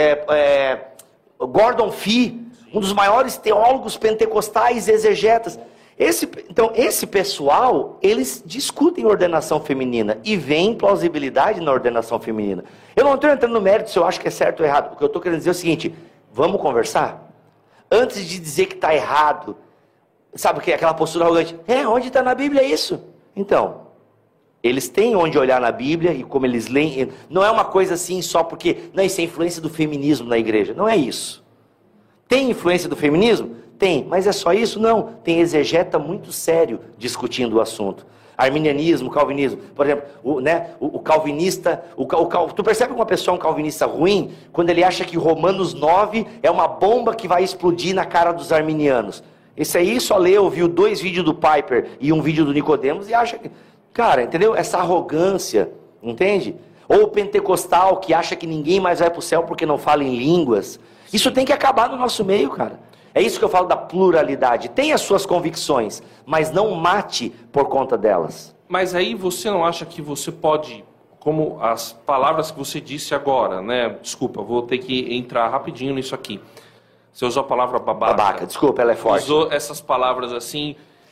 S2: Gordon Fee, um dos maiores teólogos pentecostais exegetas. Esse pessoal, eles discutem ordenação feminina e veem plausibilidade na ordenação feminina. Eu não estou entrando no mérito se eu acho que é certo ou errado. O que eu estou querendo dizer é o seguinte, vamos conversar? Antes de dizer que está errado, sabe o que é aquela postura arrogante? Onde está na Bíblia isso? Então, eles têm onde olhar na Bíblia e como eles leem. Não é uma coisa assim só porque, não, isso é influência do feminismo na igreja. Não é isso. Tem influência do feminismo? Tem, mas é só isso? Não. Tem exegeta muito sério discutindo o assunto. Arminianismo, calvinismo. Por exemplo, o calvinista... Tu percebe que uma pessoa é um calvinista ruim quando ele acha que Romanos 9 é uma bomba que vai explodir na cara dos arminianos. Esse aí só ouviu 2 vídeos do Piper e um vídeo do Nicodemos e acha que... Cara, entendeu? Essa arrogância, entende? Ou o pentecostal que acha que ninguém mais vai para o céu porque não fala em línguas. Isso tem que acabar no nosso meio, cara. É isso que eu falo da pluralidade. Tem as suas convicções, mas não mate por conta delas.
S1: Mas aí você não acha que você pode, como as palavras que você disse agora, né? Desculpa, vou ter que entrar rapidinho nisso aqui. Você usou a palavra babaca.
S2: Babaca, desculpa, ela é forte.
S1: Usou essas palavras assim...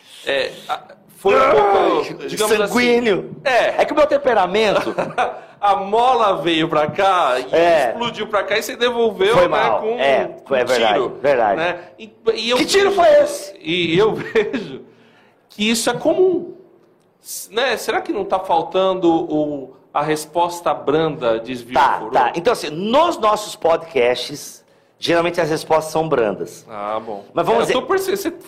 S1: foi um pouco, digamos
S2: sanguíneo.
S1: Assim...
S2: É que o meu temperamento...
S1: A mola veio pra cá e explodiu pra cá e você devolveu,
S2: foi
S1: né,
S2: mal.
S1: com
S2: foi
S1: um tiro.
S2: Verdade.
S1: Né? E eu
S2: que tiro foi esse?
S1: E eu vejo que isso é comum. Né, será que não está faltando a resposta branda, desvio?
S2: Tá. Então, assim, nos nossos podcasts, geralmente as respostas são brandas.
S1: Ah, bom.
S2: Mas vamos dizer...
S1: Eu tô percebendo.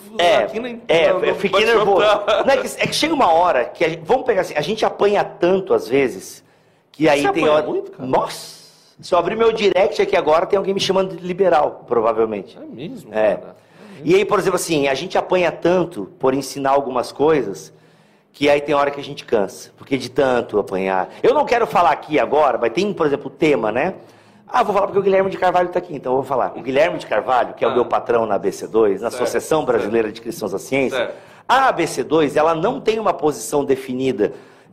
S2: Eu fiquei nervoso. Não, é que chega uma hora que... Vamos pegar assim, a gente apanha tanto, às vezes, que aí
S1: Você
S2: tem
S1: apanha
S2: hora...
S1: muito, cara?
S2: Nossa! Se eu abrir meu direct aqui agora, tem alguém me chamando de liberal, provavelmente.
S1: É mesmo,
S2: É.
S1: cara.
S2: E aí, por exemplo, assim, a gente apanha tanto por ensinar algumas coisas... que aí tem hora que a gente cansa, porque de tanto apanhar. Eu não quero falar aqui agora, mas tem, por exemplo, o tema, né? Vou falar porque o Guilherme de Carvalho está aqui, então eu vou falar. O Guilherme de Carvalho, que é o meu patrão na ABC2, na Associação Brasileira de Cristãos da Ciência, a ABC2, ela não tem uma posição definida.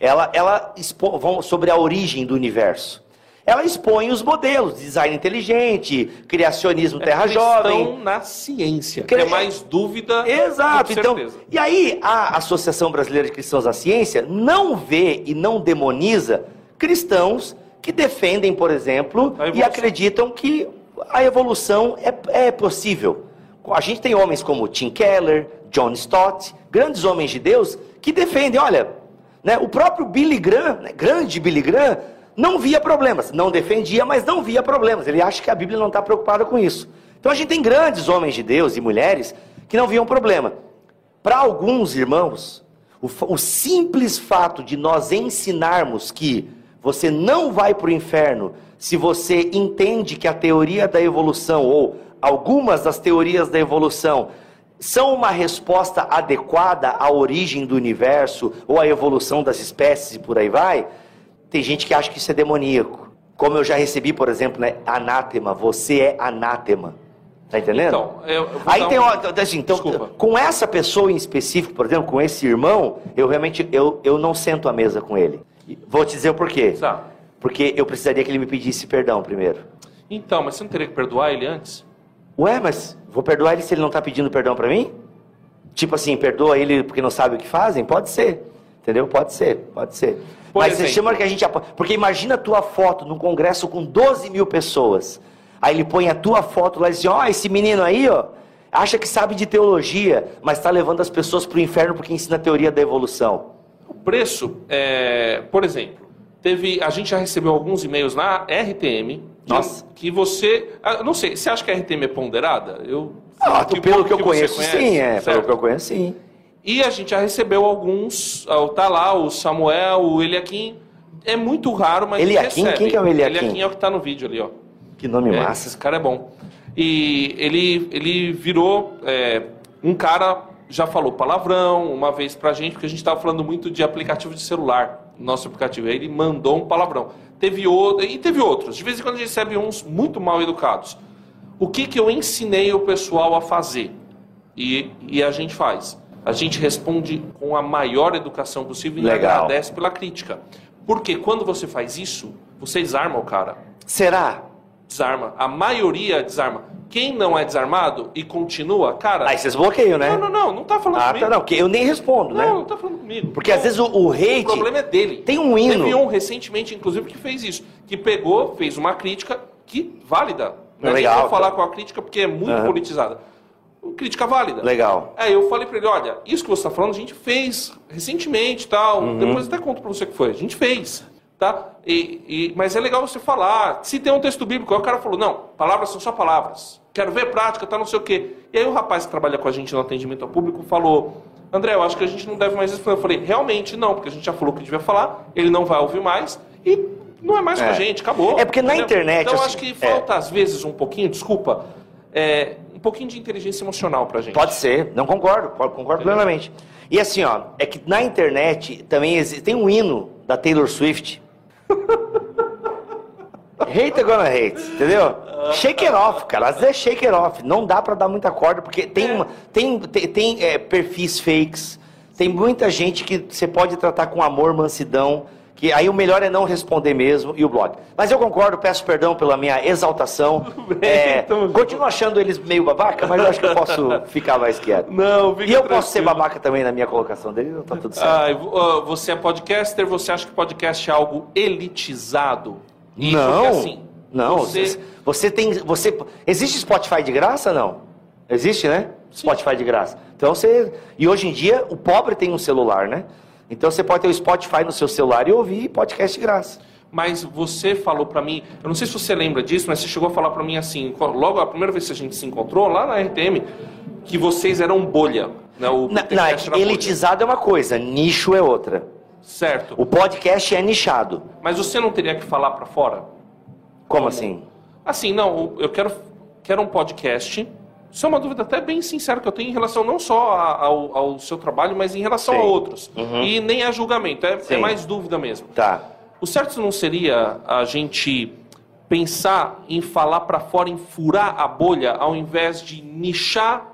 S2: Ela expõe sobre a origem do universo. Ela expõe os modelos, design inteligente, criacionismo terra jovem.
S1: Na ciência, que é mais dúvida.
S2: Exato.
S1: Com certeza.
S2: Então, e aí a Associação Brasileira de Cristãos da Ciência não vê e não demoniza cristãos que defendem, por exemplo, e acreditam que a evolução é possível. A gente tem homens como Tim Keller, John Stott, grandes homens de Deus, que defendem, olha, né, o próprio Billy Graham, né, grande Billy Graham, não via problemas, não defendia, mas não via problemas. Ele acha que a Bíblia não está preocupada com isso. Então a gente tem grandes homens de Deus e mulheres que não viam problema. Para alguns irmãos, o simples fato de nós ensinarmos que você não vai para o inferno se você entende que a teoria da evolução ou algumas das teorias da evolução são uma resposta adequada à origem do universo ou à evolução das espécies e por aí vai, tem gente que acha que isso é demoníaco. Como eu já recebi, por exemplo, né? Anátema, você é anátema. Tá entendendo?
S1: Então,
S2: aí tem assim, então, com essa pessoa em específico, por exemplo, com esse irmão, eu realmente eu não sento à mesa com ele. Vou te dizer o porquê.
S1: Tá.
S2: Porque eu precisaria que ele me pedisse perdão primeiro.
S1: Então, mas você não teria que perdoar ele antes?
S2: Ué, mas vou perdoar ele se ele não tá pedindo perdão pra mim? Tipo assim, perdoa ele porque não sabe o que fazem? Pode ser. Entendeu? Pode ser. Mas você chama que a gente apoia. Porque imagina a tua foto num congresso com 12 mil pessoas. Aí ele põe a tua foto lá e diz, esse menino aí, acha que sabe de teologia, mas está levando as pessoas para o inferno porque ensina a teoria da evolução.
S1: O preço, por exemplo, a gente já recebeu alguns e-mails na RTM, que você... não sei, você acha que a RTM é ponderada?
S2: Pelo que eu conheço, sim. Pelo que eu conheço, sim.
S1: E a gente já recebeu alguns, tá lá, o Samuel, o Eliakim, é muito raro, mas
S2: Eliakim?
S1: recebe.
S2: Quem que é o Eliakim?
S1: Eliakim é o que está no vídeo ali, ó.
S2: Que nome massa.
S1: Esse cara é bom. E ele virou, um cara, já falou palavrão uma vez pra gente, porque a gente estava falando muito de aplicativo de celular, nosso aplicativo, aí ele mandou um palavrão. Teve outros, de vez em quando a gente recebe uns muito mal educados. O que eu ensinei o pessoal a fazer? E a gente faz. A gente responde com a maior educação possível e agradece pela crítica. Porque quando você faz isso, você desarma o cara.
S2: Será?
S1: Desarma. A maioria desarma. Quem não é desarmado e continua, cara...
S2: Aí vocês bloqueiam, né?
S1: Não tá falando comigo.
S2: Não, eu nem respondo, né?
S1: Não tá falando comigo.
S2: Porque às vezes o hate...
S1: O problema é dele.
S2: Tem um hino.
S1: Teve um recentemente, inclusive, que fez isso. Que pegou, fez uma crítica que válida. Não é nem vou falar com a crítica porque é muito politizada. Crítica válida.
S2: Legal.
S1: Aí eu falei pra ele, olha, isso que você tá falando a gente fez recentemente e tal. Depois até conto pra você o que foi. A gente fez. Tá? Mas é legal você falar. Se tem um texto bíblico, aí o cara falou, não, palavras são só palavras. Quero ver prática, tá, não sei o quê. E aí o rapaz que trabalha com a gente no atendimento ao público falou, André, eu acho que a gente não deve mais isso. Eu falei, realmente não, porque a gente já falou o que devia falar, ele não vai ouvir mais e não é mais com a gente, acabou.
S2: É porque na internet...
S1: Então eu acho que falta às vezes um pouquinho, desculpa, um pouquinho de inteligência emocional pra gente.
S2: Pode ser, não concordo plenamente. E assim, é que na internet também tem um hino da Taylor Swift. Hate gonna hate, entendeu? Shake it off, cara. Às vezes shake it off. Não dá pra dar muita corda, porque tem perfis fakes. Tem muita gente que você pode tratar com amor, mansidão. Que aí o melhor é não responder mesmo, e o blog. Mas eu concordo, peço perdão pela minha exaltação. Continuo achando eles meio babaca, mas eu acho que eu posso ficar mais quieto. E eu posso ser babaca também na minha colocação dele, não tá tudo certo.
S1: Você é podcaster, você acha que podcast é algo elitizado?
S2: Não,
S1: porque, assim,
S2: não. Existe Spotify de graça, não? Existe, né? Sim. Spotify de graça. Então e hoje em dia, o pobre tem um celular, né? Então você pode ter o Spotify no seu celular e ouvir podcast de graça.
S1: Mas você falou pra mim, eu não sei se você lembra disso, mas você chegou a falar pra mim assim, logo a primeira vez que a gente se encontrou, lá na RTM, que vocês eram bolha. Né?
S2: Elitizado é uma coisa, nicho é outra.
S1: Certo.
S2: O podcast é nichado.
S1: Mas você não teria que falar pra fora?
S2: Como assim?
S1: Assim, não, eu quero um podcast. Isso é uma dúvida até bem sincera que eu tenho em relação não só ao seu trabalho, mas em relação a outros. E nem a julgamento, é mais dúvida mesmo.
S2: Tá.
S1: O certo não seria a gente pensar em falar para fora, em furar a bolha, ao invés de nichar?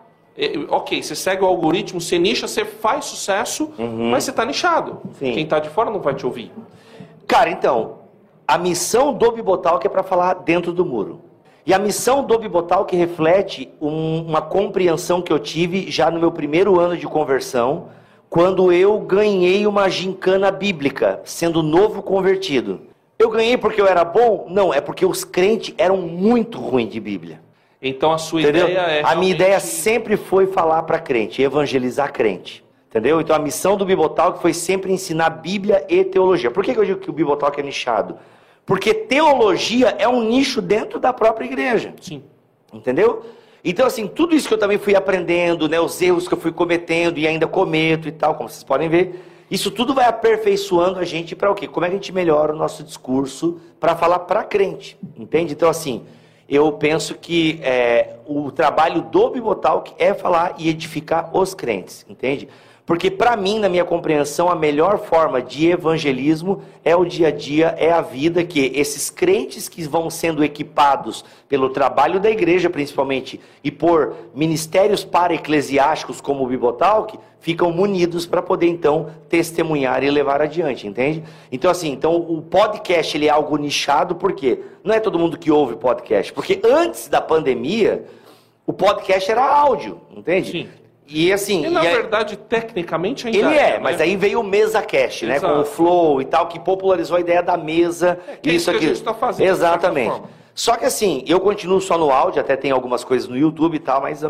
S1: Ok, você segue o algoritmo, você nicha, você faz sucesso, mas você está nichado.
S2: Sim.
S1: Quem está de fora não vai te ouvir.
S2: Cara, então, a missão do Bibotalk é para falar dentro do muro. E a missão do Bibotalk reflete uma compreensão que eu tive já no meu primeiro ano de conversão, quando eu ganhei uma gincana bíblica, sendo novo convertido. Eu ganhei porque eu era bom? Não, é porque os crentes eram muito ruins de Bíblia.
S1: Então a sua
S2: Entendeu?
S1: ideia é realmente...
S2: A minha ideia sempre foi falar para crente, evangelizar crente. Entendeu? Então a missão do Bibotalk foi sempre ensinar Bíblia e teologia. Por que eu digo que o Bibotalk é nichado? Porque teologia é um nicho dentro da própria igreja.
S1: Sim.
S2: Entendeu? Então, assim, tudo isso que eu também fui aprendendo, né, os erros que eu fui cometendo e ainda cometo e tal, como vocês podem ver, isso tudo vai aperfeiçoando a gente para o quê? Como é que a gente melhora o nosso discurso para falar para crente, entende? Então, assim, eu penso que o trabalho do Bibotalk é falar e edificar os crentes, entende? Porque para mim, na minha compreensão, a melhor forma de evangelismo é o dia a dia, é a vida que esses crentes que vão sendo equipados pelo trabalho da igreja, principalmente, e por ministérios para-eclesiásticos como o Bibotalk, ficam munidos para poder, então, testemunhar e levar adiante, entende? Então, assim, o podcast ele é algo nichado, por quê? Não é todo mundo que ouve podcast, porque antes da pandemia, o podcast era áudio, entende?
S1: Sim.
S2: E assim...
S1: na verdade, tecnicamente ainda
S2: ele
S1: né?
S2: mas aí veio o MesaCast, né? Com o Flow e tal, que popularizou a ideia da mesa.
S1: Que isso aqui. Que a gente tá fazendo.
S2: Exatamente. Só que assim, eu continuo só no áudio, até tem algumas coisas no YouTube e tal, mas a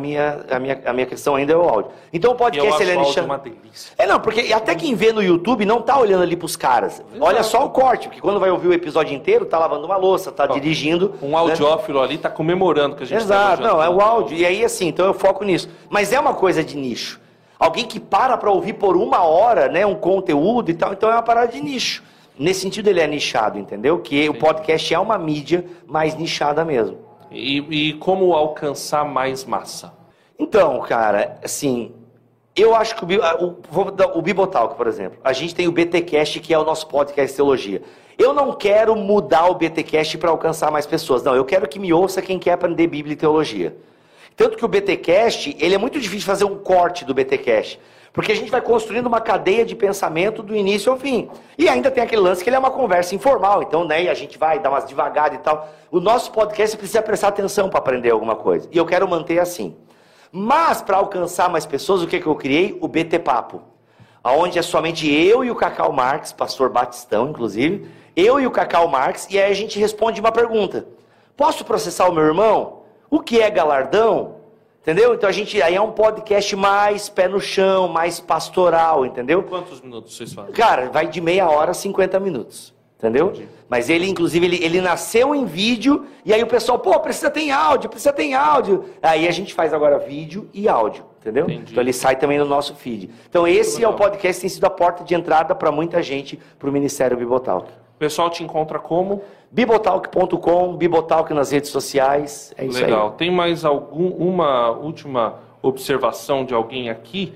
S2: minha questão ainda é o áudio. Então o podcast ele é nichado.
S1: Uma delícia.
S2: Não, porque até quem vê no YouTube não tá olhando ali pros caras. Exato. Olha só o corte, porque quando vai ouvir o episódio inteiro, tá lavando uma louça, tá dirigindo.
S1: Um audiófilo ali tá comemorando que a gente
S2: Exato, não, é o áudio. E aí assim, então eu foco nisso. Mas é uma coisa de nicho. Alguém que para ouvir por 1 hora, né, um conteúdo e tal, então é uma parada de nicho. Nesse sentido ele é nichado, entendeu? Que o podcast é uma mídia mais nichada mesmo.
S1: E como alcançar mais massa?
S2: Então, cara, assim, eu acho que o Bibotalk, por exemplo, a gente tem o BTcast, que é o nosso podcast de teologia. Eu não quero mudar o BTcast para alcançar mais pessoas, não, eu quero que me ouça quem quer aprender Bíblia e teologia. Tanto que o BTcast, ele é muito difícil fazer um corte do BTcast. Porque a gente vai construindo uma cadeia de pensamento do início ao fim. E ainda tem aquele lance que ele é uma conversa informal. Então, né, a gente vai dar umas devagadas e tal. O nosso podcast precisa prestar atenção para aprender alguma coisa. E eu quero manter assim. Mas, para alcançar mais pessoas, o que eu criei? O BT Papo. Onde é somente eu e o Cacau Marques, pastor Batistão, inclusive. Eu e o Cacau Marques. E aí a gente responde uma pergunta. Posso processar o meu irmão? O que é galardão? Entendeu? Então aí é um podcast mais pé no chão, mais pastoral, entendeu?
S1: Quantos minutos vocês fazem?
S2: Cara, vai de meia hora a 50 minutos, entendeu? Entendi. Mas ele, inclusive, ele nasceu em vídeo, e aí o pessoal, precisa ter áudio. Aí a gente faz agora vídeo e áudio, entendeu?
S1: Entendi.
S2: Então ele sai também no nosso feed. Então esse é o podcast que tem sido a porta de entrada para muita gente para o Ministério Bibotalk.
S1: O pessoal te encontra como?
S2: Bibotalk.com, Bibotalk nas redes sociais, é isso.
S1: Legal.
S2: Aí.
S1: Tem mais uma última observação de alguém aqui?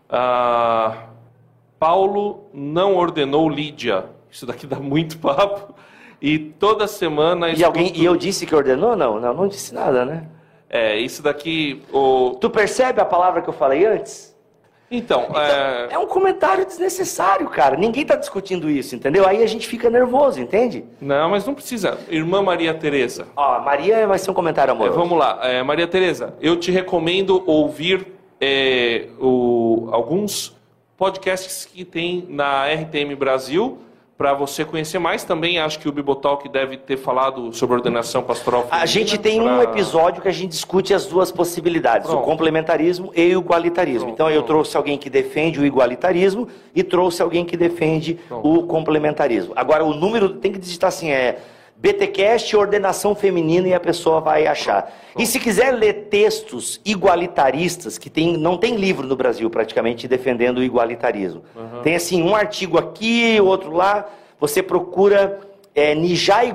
S1: Paulo não ordenou Lídia. Isso daqui dá muito papo. E toda semana...
S2: E eu disse que ordenou? Não disse nada, né?
S1: Isso daqui...
S2: Tu percebe a palavra que eu falei antes?
S1: Então,
S2: é um comentário desnecessário, cara. Ninguém está discutindo isso, entendeu? Aí a gente fica nervoso, entende?
S1: Não, mas não precisa. Irmã Maria Tereza.
S2: Maria vai ser um comentário amoroso.
S1: Vamos lá. Maria Tereza, eu te recomendo ouvir alguns podcasts que tem na RTM Brasil, para você conhecer mais. Também acho que o Bibotalk deve ter falado sobre ordenação pastoral feminina.
S2: A gente tem um episódio que a gente discute as duas possibilidades, o complementarismo e o igualitarismo. Então eu trouxe alguém que defende o igualitarismo e trouxe alguém que defende o complementarismo. Agora o número tem que digitar assim, BTcast ordenação feminina e a pessoa vai achar. E se quiser ler textos igualitaristas, que não tem livro no Brasil praticamente defendendo o igualitarismo. Tem assim um artigo aqui, outro lá, você procura Nijai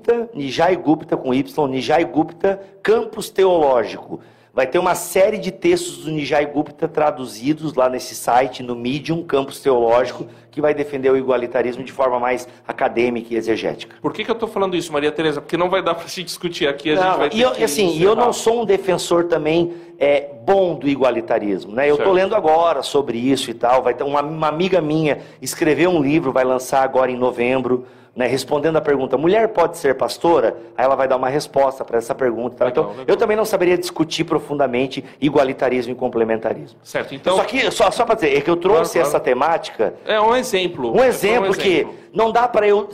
S2: Gupta com Y, Nijai Gupta, Campus Teológico. Vai ter uma série de textos do Nijai Gupta traduzidos lá nesse site, no Medium, Campus Teológico, que vai defender o igualitarismo de forma mais acadêmica e exegética.
S1: Por que eu estou falando isso, Maria Tereza? Porque não vai dar para se discutir aqui, a gente vai ter que
S2: assim, eu não sou um defensor também bom do igualitarismo, né? Eu estou lendo agora sobre isso e tal, vai ter uma amiga minha escreveu um livro, vai lançar agora em novembro, né, respondendo a pergunta, mulher pode ser pastora? Aí ela vai dar uma resposta para essa pergunta. Tá? Legal, então, eu também não saberia discutir profundamente igualitarismo e complementarismo.
S1: Certo, então...
S2: Só para dizer, que eu trouxe essa temática...
S1: É um exemplo.
S2: Um exemplo que não dá para eu,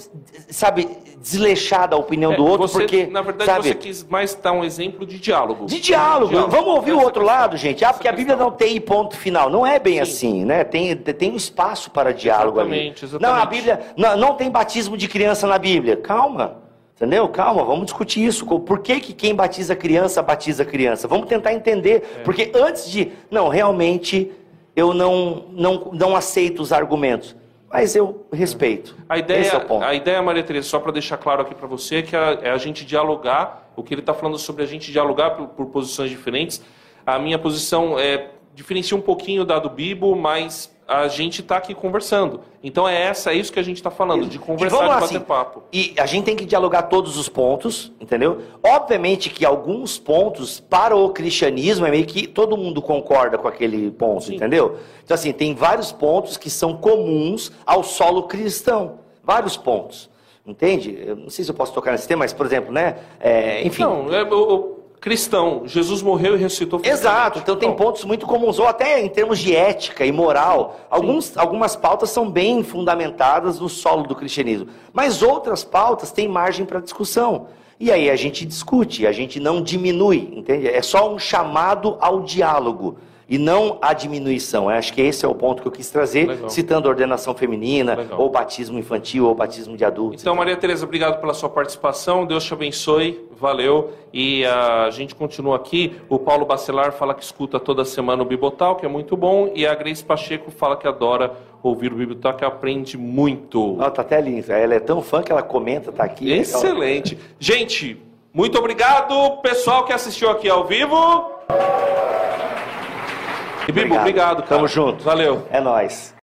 S2: desleixar da opinião do outro, porque...
S1: Na verdade, você quis mais dar um exemplo de diálogo.
S2: De diálogo. Vamos ouvir o outro lado, gente. Porque a Bíblia não tem ponto final. Não é bem assim, né? Tem um espaço para diálogo ali.
S1: Exatamente.
S2: Não, a Bíblia... Não tem batismo de criança na Bíblia. Calma. Entendeu? Calma, vamos discutir isso. Por que quem batiza criança, batiza criança? Vamos tentar entender. Porque antes de... Não, realmente, eu não aceito os argumentos. Mas eu respeito. Esse é o ponto.
S1: A ideia, Maria Tereza, só para deixar claro aqui para você, é que é a gente dialogar. O que ele está falando sobre a gente dialogar por posições diferentes. A minha posição diferencia um pouquinho da do Bibo, mas a gente está aqui conversando. Então é isso que a gente está falando, de conversar, de bater papo.
S2: E a gente tem que dialogar todos os pontos, entendeu? Obviamente que alguns pontos, para o cristianismo, é meio que todo mundo concorda com aquele ponto, entendeu? Então assim, tem vários pontos que são comuns ao solo cristão. Vários pontos. Entende? Eu não sei se eu posso tocar nesse tema, mas, por exemplo, né? Enfim...
S1: Não, cristão, Jesus morreu e ressuscitou.
S2: Exato, então tem pontos muito comuns, ou até em termos de ética e moral. Algumas pautas são bem fundamentadas no solo do cristianismo, mas outras pautas têm margem para discussão. E aí a gente discute, a gente não diminui, entende? É só um chamado ao diálogo e não a diminuição. Eu acho que esse é o ponto que eu quis trazer, citando ordenação feminina, ou batismo infantil, ou batismo de adultos.
S1: Então, Maria Tereza, obrigado pela sua participação, Deus te abençoe, valeu, e a gente continua aqui. O Paulo Bacelar fala que escuta toda semana o Bibotalk, que é muito bom, e a Grace Pacheco fala que adora ouvir o Bibotalk, que aprende muito.
S2: Tá até linda, ela é tão fã que ela comenta, tá aqui.
S1: Excelente. Gente, muito obrigado, pessoal que assistiu aqui ao vivo. E Bibo, obrigado, cara.
S2: Tamo junto.
S1: Valeu.
S2: É nóis.